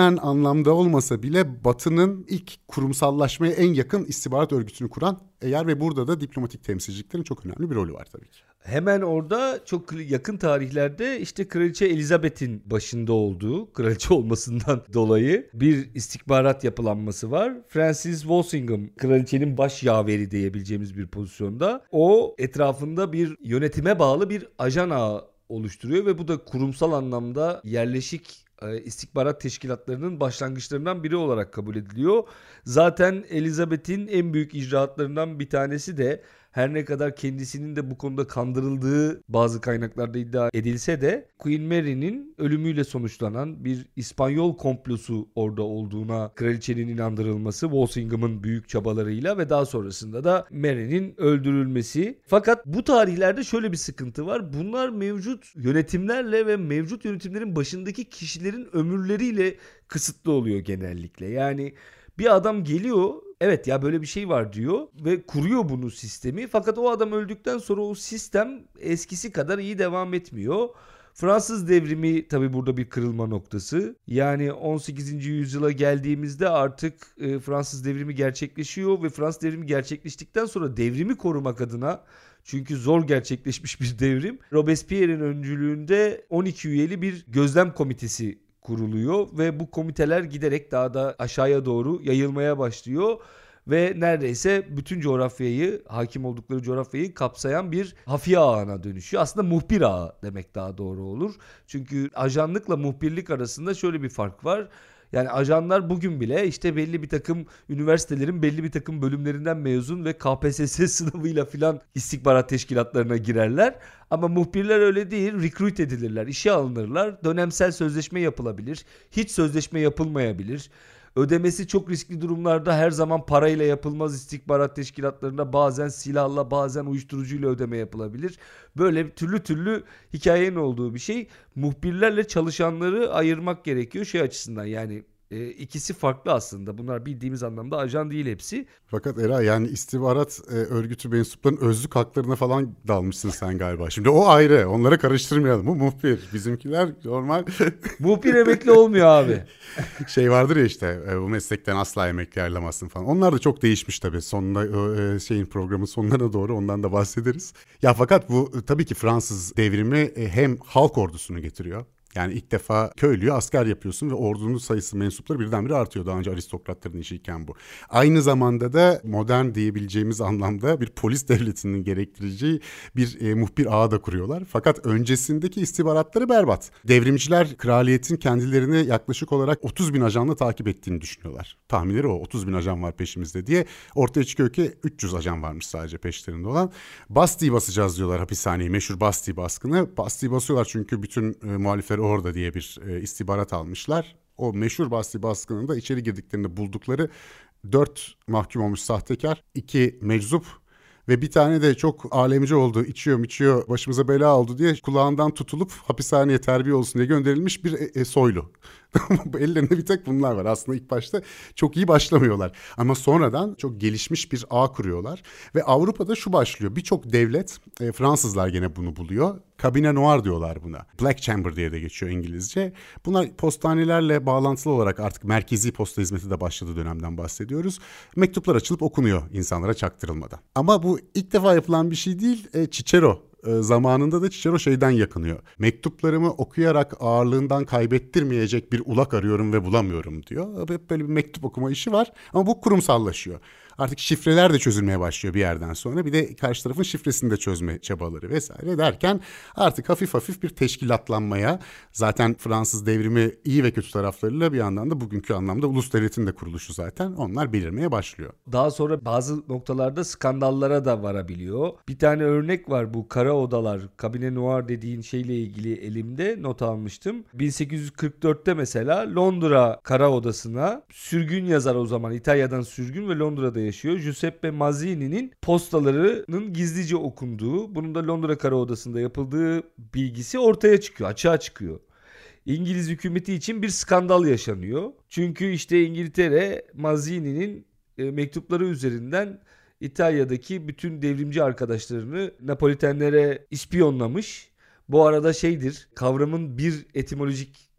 anlamda olmasa bile Batı'nın ilk kurumsallaşmaya en yakın istihbarat örgütünü kuran yer ve burada da diplomatik temsilciliklerin çok önemli bir rolü var tabii ki. Hemen orada çok yakın tarihlerde işte Kraliçe Elizabeth'in başında olduğu, kraliçe olmasından dolayı bir istihbarat yapılanması var. Francis Walsingham, kraliçenin baş yaveri diyebileceğimiz bir pozisyonda. O etrafında bir yönetime bağlı bir ajan ağı oluşturuyor ve bu da kurumsal anlamda yerleşik istihbarat teşkilatlarının başlangıçlarından biri olarak kabul ediliyor. Zaten Elizabeth'in en büyük icraatlarından bir tanesi de her ne kadar kendisinin de bu konuda kandırıldığı bazı kaynaklarda iddia edilse de Queen Mary'nin ölümüyle sonuçlanan bir İspanyol komplosu orada olduğuna kraliçenin inandırılması Walsingham'ın büyük çabalarıyla ve daha sonrasında da Mary'nin öldürülmesi. Fakat bu tarihlerde şöyle bir sıkıntı var. Bunlar mevcut yönetimlerle ve mevcut yönetimlerin başındaki kişilerin ömürleriyle kısıtlı oluyor genellikle. Yani bir adam geliyor, evet ya böyle bir şey var diyor ve kuruyor bunu sistemi. Fakat o adam öldükten sonra o sistem eskisi kadar iyi devam etmiyor. Fransız devrimi tabii burada bir kırılma noktası. Yani on sekizinci yüzyıla geldiğimizde artık e, Fransız devrimi gerçekleşiyor ve Fransız devrimi gerçekleştikten sonra devrimi korumak adına, çünkü zor gerçekleşmiş bir devrim, Robespierre'in öncülüğünde on iki üyeli bir gözlem komitesi kuruluyor ve bu komiteler giderek daha da aşağıya doğru yayılmaya başlıyor ve neredeyse bütün coğrafyayı, hakim oldukları coğrafyayı kapsayan bir hafiye ağına dönüşüyor. Aslında muhbir ağı demek daha doğru olur. Çünkü ajanlıkla muhbirlik arasında şöyle bir fark var. Yani ajanlar bugün bile işte belli bir takım üniversitelerin belli bir takım bölümlerinden mezun ve K P S S sınavıyla filan istihbarat teşkilatlarına girerler. Ama muhbirler öyle değil, recruit edilirler, işe alınırlar, dönemsel sözleşme yapılabilir, hiç sözleşme yapılmayabilir. Ödemesi çok riskli durumlarda her zaman parayla yapılmaz, istihbarat teşkilatlarında bazen silahla bazen uyuşturucuyla ödeme yapılabilir. Böyle türlü türlü hikayenin olduğu bir şey. Muhbirlerle çalışanları ayırmak gerekiyor şey açısından, yani e, ikisi farklı aslında. Bunlar bildiğimiz anlamda ajan değil hepsi. Fakat Era, yani istihbarat e, örgütü mensuplarının özlük haklarına falan dalmışsın sen galiba. Şimdi o ayrı, onlara karıştırmayalım. Bu muhbir, bizimkiler normal. Muhbir emekli olmuyor abi. Şey vardır ya işte, e, bu meslekten asla emekli ayrılamazsın falan. Onlar da çok değişmiş tabii. Sonunda e, şeyin programın sonlarına doğru ondan da bahsederiz. Ya fakat bu tabii ki Fransız devrimi e, hem halk ordusunu getiriyor. Yani ilk defa köylüye asker yapıyorsun ve ordunun sayısı, mensupları birdenbire artıyor. Daha önce aristokratların işiyken bu. Aynı zamanda da modern diyebileceğimiz anlamda bir polis devletinin gerektireceği bir e, muhbir ağı da kuruyorlar. Fakat öncesindeki istihbaratları berbat. Devrimciler kraliyetin kendilerini yaklaşık olarak otuz bin ajanla takip ettiğini düşünüyorlar. Tahminleri o, otuz bin ajan var peşimizde diye. Ortaya çıkıyor ki üç yüz ajan varmış sadece peşlerinde olan. Basti'yi basacağız diyorlar, hapishaneyi. Meşhur Basti baskını. Basti'yi basıyorlar çünkü bütün e, muhalifler orada diye bir e, istihbarat almışlar. O meşhur Basti baskınında içeri girdiklerinde buldukları dört mahkum olmuş sahtekar, iki meczup ve bir tane de çok alemci oldu, içiyor içiyor başımıza bela oldu diye kulağından tutulup hapishaneye terbiye olsun diye gönderilmiş bir e, e, soylu. Ellerinde bir tek bunlar var. Aslında ilk başta çok iyi başlamıyorlar. Ama sonradan çok gelişmiş bir ağ kuruyorlar. Ve Avrupa'da şu başlıyor. Birçok devlet, e, Fransızlar gene bunu buluyor. Kabine noir diyorlar buna. Black Chamber diye de geçiyor İngilizce. Bunlar postanelerle bağlantılı olarak artık merkezi posta hizmeti de başladığı dönemden bahsediyoruz. Mektuplar açılıp okunuyor insanlara çaktırılmadan. Ama bu ilk defa yapılan bir şey değil. E, Cicero zamanında da Cicero şeyden yakınıyor. Mektuplarımı okuyarak ağırlığından kaybettirmeyecek bir ulak arıyorum ve bulamıyorum diyor. Hep böyle bir mektup okuma işi var ama bu kurumsallaşıyor. Artık şifreler de çözülmeye başlıyor bir yerden sonra. Bir de karşı tarafın şifresini de çözme çabaları vesaire derken artık hafif hafif bir teşkilatlanmaya, zaten Fransız devrimi iyi ve kötü taraflarıyla bir yandan da bugünkü anlamda ulus devletin de kuruluşu, zaten onlar belirmeye başlıyor. Daha sonra bazı noktalarda skandallara da varabiliyor. Bir tane örnek var, bu kara odalar, kabine noir dediğin şeyle ilgili elimde not almıştım. bin sekiz yüz kırk dörtte mesela Londra kara odasına sürgün yazar, o zaman İtalya'dan sürgün ve Londra'da yaşıyor, Giuseppe Mazzini'nin postalarının gizlice okunduğu, bunun da Londra Kara Odası'nda yapıldığı bilgisi ortaya çıkıyor, açığa çıkıyor. İngiliz hükümeti için bir skandal yaşanıyor. Çünkü işte İngiltere Mazzini'nin e, mektupları üzerinden İtalya'daki bütün devrimci arkadaşlarını Napolitenlere ispiyonlamış. Bu arada şeydir, kavramın bir etimolojik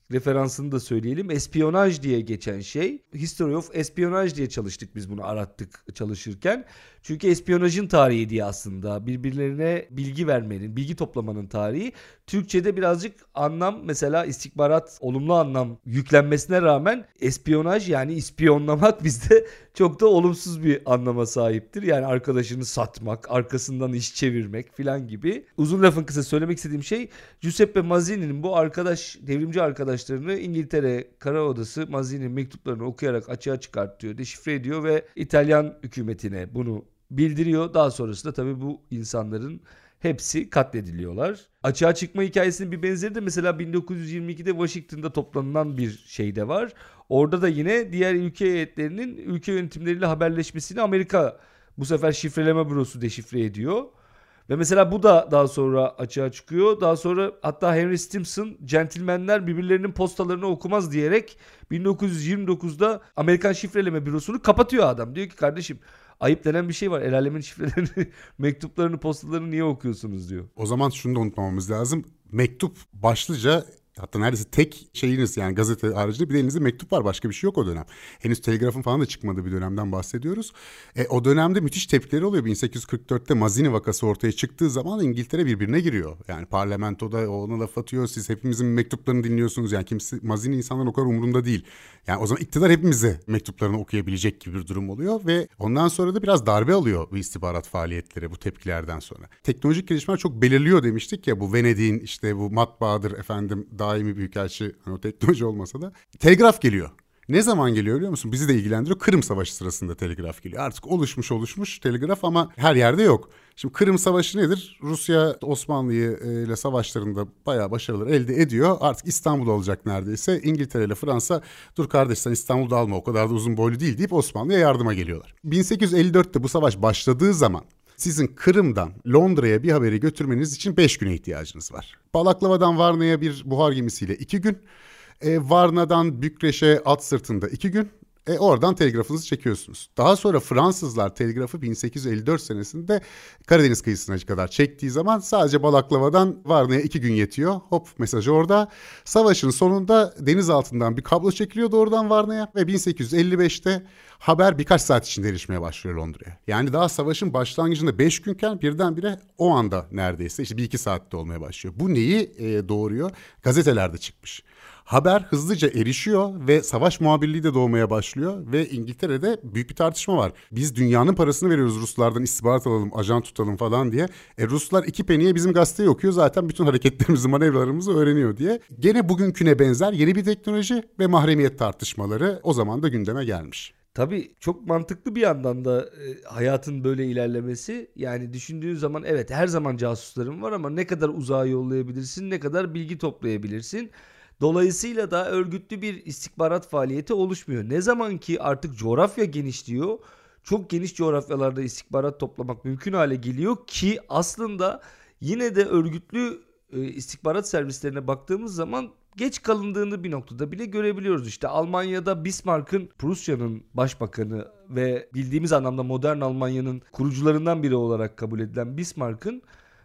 referansını da söyleyelim. Espionaj diye geçen şey. History of Espionage diye çalıştık biz bunu arattık çalışırken. Çünkü espiyonajın tarihi diye aslında birbirlerine bilgi vermenin, bilgi toplamanın tarihi. Türkçe'de birazcık anlam mesela istihbarat olumlu anlam yüklenmesine rağmen espiyonaj yani ispiyonlamak bizde çok da olumsuz bir anlama sahiptir. Yani arkadaşını satmak, arkasından iş çevirmek filan gibi. Uzun lafın kısa söylemek istediğim şey Giuseppe Mazzini'nin bu arkadaş, devrimci arkadaşlarını İngiltere Kara Odası Mazzini'nin mektuplarını okuyarak açığa çıkartıyor, deşifre ediyor ve İtalyan hükümetine bunu bildiriyor. Daha sonrasında tabii bu insanların hepsi katlediliyorlar. Açığa çıkma hikayesinin bir benzeri de mesela bin dokuz yüz yirmi ikide Washington'da toplanılan bir şey de var. Orada da yine diğer ülke heyetlerinin ülke yönetimleriyle haberleşmesini Amerika bu sefer şifreleme bürosu deşifre ediyor. Ve mesela bu da daha sonra açığa çıkıyor. Daha sonra hatta Henry Stimson centilmenler birbirlerinin postalarını okumaz diyerek bin dokuz yüz yirmi dokuzda Amerikan şifreleme bürosunu kapatıyor adam. Diyor ki kardeşim ayıp denen bir şey var. El alemin şifrelerini, mektuplarını, postalarını niye okuyorsunuz diyor. O zaman şunu da unutmamamız lazım. Mektup başlıca, hatta neredeyse tek şeyiniz yani gazete haricinde bir de elinizde mektup var. Başka bir şey yok o dönem. Henüz telgrafın falan da çıkmadığı bir dönemden bahsediyoruz. E, o dönemde müthiş tepkileri oluyor. bin sekiz yüz kırk dörtte Mazzini vakası ortaya çıktığı zaman İngiltere birbirine giriyor. Yani parlamentoda ona laf atıyor. Siz hepimizin mektuplarını dinliyorsunuz. Yani kimse, Mazzini insanların o kadar umurunda değil. Yani o zaman iktidar hepimize mektuplarını okuyabilecek gibi bir durum oluyor ve ondan sonra da biraz darbe alıyor bu istihbarat faaliyetleri bu tepkilerden sonra. Teknolojik gelişmeler çok belirliyor demiştik ya, bu Venedik'in işte bu matbaadır efendim daimi büyükelçi, hani o teknoloji olmasa da telgraf geliyor. Ne zaman geliyor biliyor musun? Bizi de ilgilendiriyor. Kırım Savaşı sırasında telgraf geliyor. Artık oluşmuş oluşmuş telgraf ama her yerde yok. Şimdi Kırım Savaşı nedir? Rusya Osmanlı ile savaşlarında bayağı başarılar elde ediyor. Artık İstanbul'u alacak neredeyse. İngiltere ile Fransa dur kardeş sen İstanbul'da alma o kadar da uzun boylu değil deyip Osmanlı'ya yardıma geliyorlar. bin sekiz yüz elli dörtte bu savaş başladığı zaman sizin Kırım'dan Londra'ya bir haberi götürmeniz için beş güne ihtiyacınız var. Balaklava'dan Varna'ya bir buhar gemisiyle iki gün. E, Varna'dan Bükreş'e at sırtında iki gün. E, oradan telgrafınızı çekiyorsunuz. Daha sonra Fransızlar telgrafı bin sekiz yüz elli dört senesinde Karadeniz kıyısına kadar çektiği zaman sadece Balaklava'dan Varna'ya iki gün yetiyor. Hop mesajı orada. Savaşın sonunda deniz altından bir kablo çekiliyor doğrudan Varna'ya ve bin sekiz yüz elli beşte haber birkaç saat içinde erişmeye başlıyor Londra'ya. Yani daha savaşın başlangıcında beş günken birdenbire o anda neredeyse işte bir iki saatte olmaya başlıyor. Bu neyi e, doğuruyor? Gazetelerde çıkmış. Haber hızlıca erişiyor ve savaş muhabirliği de doğmaya başlıyor ve İngiltere'de büyük bir tartışma var. Biz dünyanın parasını veriyoruz Ruslardan, istihbarat alalım, ajan tutalım falan diye. E Ruslar iki peniye bizim gazeteyi okuyor, zaten bütün hareketlerimizi, manevralarımızı öğreniyor diye. Gene bugünküne benzer yeni bir teknoloji ve mahremiyet tartışmaları o zaman da gündeme gelmiş. Tabii çok mantıklı bir yandan da e, hayatın böyle ilerlemesi. Yani düşündüğün zaman evet her zaman casusların var ama ne kadar uzağa yollayabilirsin, ne kadar bilgi toplayabilirsin. Dolayısıyla da örgütlü bir istihbarat faaliyeti oluşmuyor. Ne zaman ki artık coğrafya genişliyor, çok geniş coğrafyalarda istihbarat toplamak mümkün hale geliyor ki aslında yine de örgütlü e, istihbarat servislerine baktığımız zaman geç kalındığını bir noktada bile görebiliyoruz. İşte Almanya'da Bismarck'ın, Prusya'nın başbakanı ve bildiğimiz anlamda modern Almanya'nın kurucularından biri olarak kabul edilen Bismarck'ın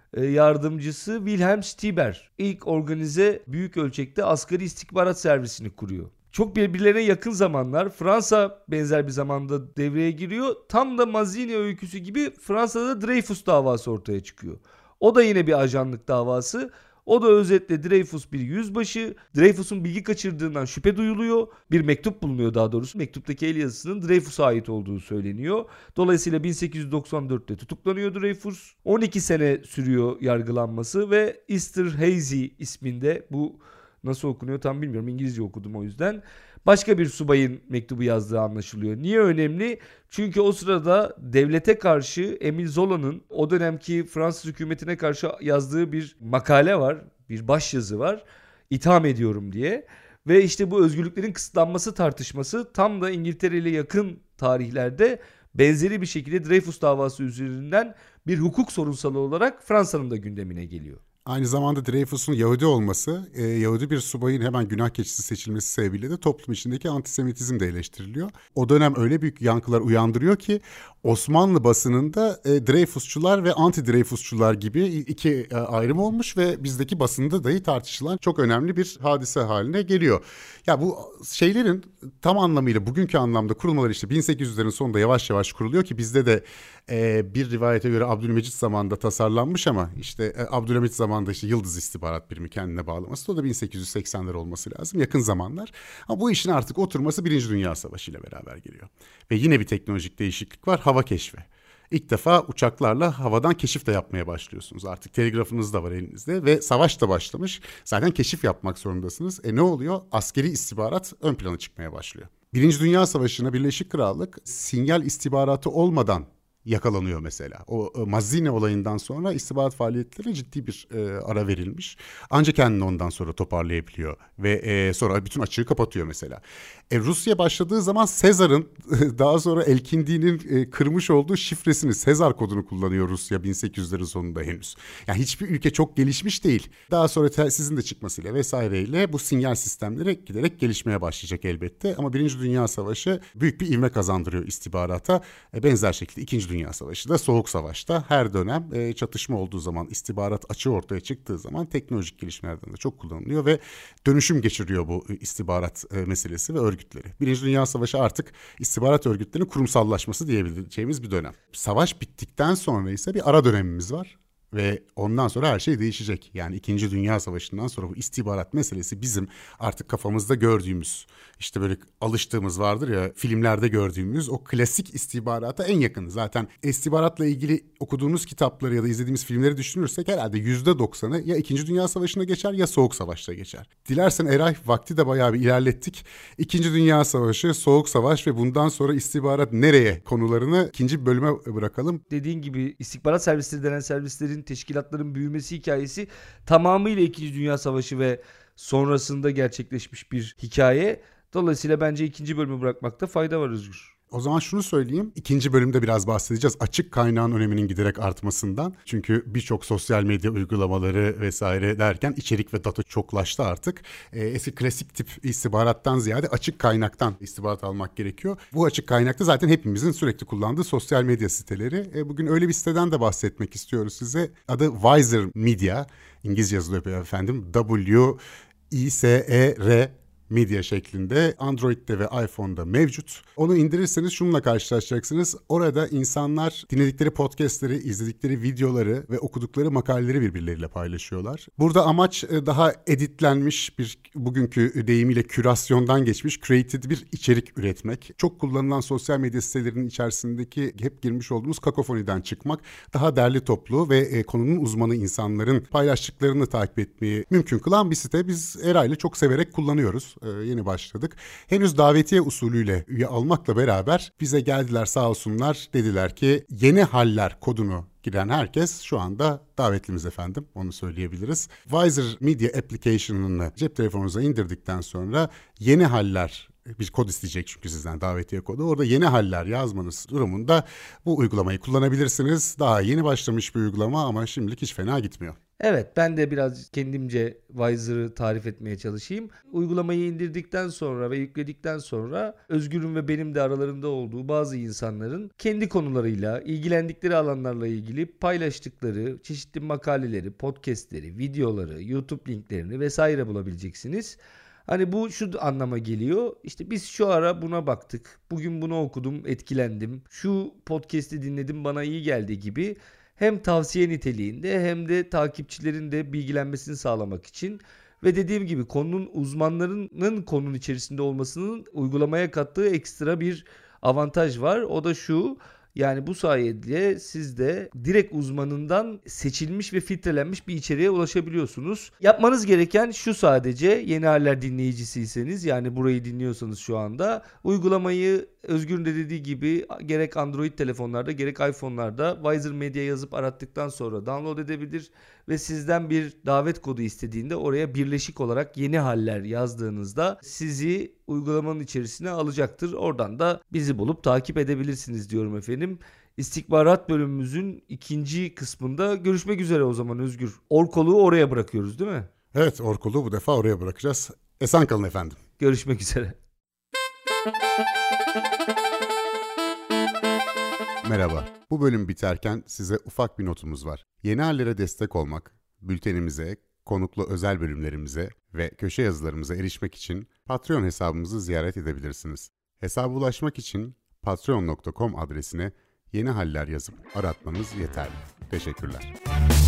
yardımcısı Wilhelm Stieber ilk organize büyük ölçekte asgari istihbarat servisini kuruyor. Çok birbirlerine yakın zamanlar Fransa benzer bir zamanda devreye giriyor. Tam da Mazzini öyküsü gibi Fransa'da Dreyfus davası ortaya çıkıyor. O da yine bir ajanlık davası. O da özetle Dreyfus bir yüzbaşı. Dreyfus'un bilgi kaçırdığından şüphe duyuluyor. Bir mektup bulunuyor daha doğrusu. Mektuptaki el yazısının Dreyfus'a ait olduğu söyleniyor. Dolayısıyla bin sekiz yüz doksan dörtte tutuklanıyor Dreyfus. on iki sene sürüyor yargılanması ve Esterhazy isminde, bu nasıl okunuyor tam bilmiyorum, İngilizce okudum o yüzden, başka bir subayın mektubu yazdığı anlaşılıyor. Niye önemli? Çünkü o sırada devlete karşı Emile Zola'nın o dönemki Fransız hükümetine karşı yazdığı bir makale var, bir başyazı var. İtham ediyorum diye. Ve işte bu özgürlüklerin kısıtlanması tartışması tam da İngiltere ile yakın tarihlerde benzeri bir şekilde Dreyfus davası üzerinden bir hukuk sorunsalı olarak Fransa'nın da gündemine geliyor. Aynı zamanda Dreyfus'un Yahudi olması, e, Yahudi bir subayın hemen günah keçisi seçilmesi sebebiyle de toplum içindeki antisemitizm de eleştiriliyor. O dönem öyle büyük yankılar uyandırıyor ki Osmanlı basınında e, Dreyfusçular ve anti-Dreyfusçular gibi iki e, ayrım olmuş ve bizdeki basında dahi tartışılan çok önemli bir hadise haline geliyor. Ya bu şeylerin tam anlamıyla bugünkü anlamda kurulmaları işte bin sekiz yüzlerin sonunda yavaş yavaş kuruluyor ki bizde de e, bir rivayete göre Abdülmecit zamanında tasarlanmış ama işte e, Abdülhamit zamanında işte Yıldız İstihbarat Birimi kendine bağlaması, o da bin sekiz yüz seksenler olması lazım, yakın zamanlar. Ama bu işin artık oturması Birinci Dünya Savaşı ile beraber geliyor. Ve yine bir teknolojik değişiklik var, hava keşfi. İlk defa uçaklarla havadan keşif de yapmaya başlıyorsunuz. Artık telgrafınız da var elinizde ve savaş da başlamış. Zaten keşif yapmak zorundasınız. E ne oluyor? Askeri istihbarat ön plana çıkmaya başlıyor. Birinci Dünya Savaşı'na Birleşik Krallık sinyal istihbaratı olmadan yakalanıyor mesela. O e, Mazzini olayından sonra istihbarat faaliyetlerine ciddi bir e, ara verilmiş. Ancak kendini ondan sonra toparlayabiliyor ve e, sonra bütün açığı kapatıyor mesela. E, Rusya başladığı zaman Sezar'ın daha sonra Elkindi'nin e, kırmış olduğu şifresini, Sezar kodunu kullanıyor Rusya bin sekiz yüzlerin sonunda henüz. Yani hiçbir ülke çok gelişmiş değil. Daha sonra telsizin de çıkmasıyla vesaireyle bu sinyal sistemleri giderek gelişmeye başlayacak elbette. Ama Birinci Dünya Savaşı büyük bir ivme kazandırıyor istihbarata. E, benzer şekilde İkinci Dünya Savaşı da, Soğuk Savaş'ta her dönem e, çatışma olduğu zaman, istihbarat açığı ortaya çıktığı zaman teknolojik gelişmelerden de çok kullanılıyor ve dönüşüm geçiriyor bu istihbarat e, meselesi ve örgütleri. Birinci Dünya Savaşı artık istihbarat örgütlerinin kurumsallaşması diyebileceğimiz bir dönem. Savaş bittikten sonra ise bir ara dönemimiz var. Ve ondan sonra her şey değişecek. Yani İkinci Dünya Savaşı'ndan sonra bu istihbarat meselesi bizim artık kafamızda gördüğümüz, işte böyle alıştığımız vardır ya filmlerde gördüğümüz o klasik istihbarata en yakın. Zaten istihbaratla ilgili okuduğumuz kitapları ya da izlediğimiz filmleri düşünürsek herhalde yüzde doksanı ya İkinci Dünya Savaşı'nda geçer ya Soğuk Savaş'ta geçer. Dilersen Eray, vakti de bayağı bir ilerlettik. İkinci Dünya Savaşı, Soğuk Savaş ve bundan sonra istihbarat nereye konularını ikinci bir bölüme bırakalım. Dediğin gibi istihbarat servisleri denen servislerin, teşkilatların büyümesi hikayesi tamamıyla İkinci Dünya Savaşı ve sonrasında gerçekleşmiş bir hikaye. Dolayısıyla bence ikinci bölümü bırakmakta fayda var Özgür. O zaman şunu söyleyeyim. İkinci bölümde biraz bahsedeceğiz açık kaynağın öneminin giderek artmasından. Çünkü birçok sosyal medya uygulamaları vesaire derken içerik ve data çoklaştı artık. Ee, eski klasik tip istihbarattan ziyade açık kaynaktan istihbarat almak gerekiyor. Bu açık kaynakta zaten hepimizin sürekli kullandığı sosyal medya siteleri. Ee, bugün öyle bir siteden de bahsetmek istiyoruz size. Adı Wiser Media. İngilizce yazılıyor efendim. W I S E R Media şeklinde Android'de ve iPhone'da mevcut. Onu indirirseniz şununla karşılaşacaksınız. Orada insanlar dinledikleri podcastleri, izledikleri videoları ve okudukları makaleleri birbirleriyle paylaşıyorlar. Burada amaç daha editlenmiş bir, bugünkü deyimiyle kürasyondan geçmiş, created bir içerik üretmek. Çok kullanılan sosyal medya sitelerinin içerisindeki hep girmiş olduğumuz kakofoniden çıkmak, daha derli toplu ve konunun uzmanı insanların paylaştıklarını takip etmeyi mümkün kılan bir site. Biz Eray'la çok severek kullanıyoruz. Ee, yeni başladık. Henüz davetiye usulüyle üye almakla beraber bize geldiler sağ olsunlar, dediler ki yeni haller kodunu giren herkes şu anda davetlimiz efendim, onu söyleyebiliriz. Wiser Media Application'ını cep telefonunuza indirdikten sonra yeni haller, bir kod isteyecek çünkü sizden, davetiye kodu. Orada yeni haller yazmanız durumunda bu uygulamayı kullanabilirsiniz. Daha yeni başlamış bir uygulama ama şimdilik hiç fena gitmiyor. Evet, ben de biraz kendimce Wiser'ı tarif etmeye çalışayım. Uygulamayı indirdikten sonra ve yükledikten sonra Özgür'ün ve benim de aralarında olduğu bazı insanların kendi konularıyla, ilgilendikleri alanlarla ilgili paylaştıkları çeşitli makaleleri, podcastleri, videoları, YouTube linklerini vesaire bulabileceksiniz. Hani bu şu anlama geliyor. İşte biz şu ara buna baktık. Bugün bunu okudum, etkilendim. Şu podcast'i dinledim, bana iyi geldi gibi. Hem tavsiye niteliğinde hem de takipçilerin de bilgilenmesini sağlamak için ve dediğim gibi konunun uzmanlarının konunun içerisinde olmasının uygulamaya kattığı ekstra bir avantaj var. O da şu: yani bu sayede siz de direkt uzmanından seçilmiş ve filtrelenmiş bir içeriğe ulaşabiliyorsunuz. Yapmanız gereken şu sadece: Yeni Haller dinleyicisiyseniz, yani burayı dinliyorsanız şu anda uygulamayı Özgür'ün de dediği gibi gerek Android telefonlarda gerek iPhone'larda Wiser Media yazıp arattıktan sonra download edebilir ve sizden bir davet kodu istediğinde oraya birleşik olarak Yeni Haller yazdığınızda sizi uygulamanın içerisine alacaktır. Oradan da bizi bulup takip edebilirsiniz diyorum efendim. İstikbarat bölümümüzün ikinci kısmında görüşmek üzere o zaman Özgür. Orkoluğu oraya bırakıyoruz değil mi? Evet, Orkolu'u bu defa oraya bırakacağız. Esen kalın efendim. Görüşmek üzere. Merhaba. Bu bölüm biterken size ufak bir notumuz var. Yeni Hallere destek olmak, bültenimize, konuklu özel bölümlerimize ve köşe yazılarımıza erişmek için Patreon hesabımızı ziyaret edebilirsiniz. Hesaba ulaşmak için patreon nokta com adresine Yeni Haller yazıp aratmanız yeterli. Teşekkürler.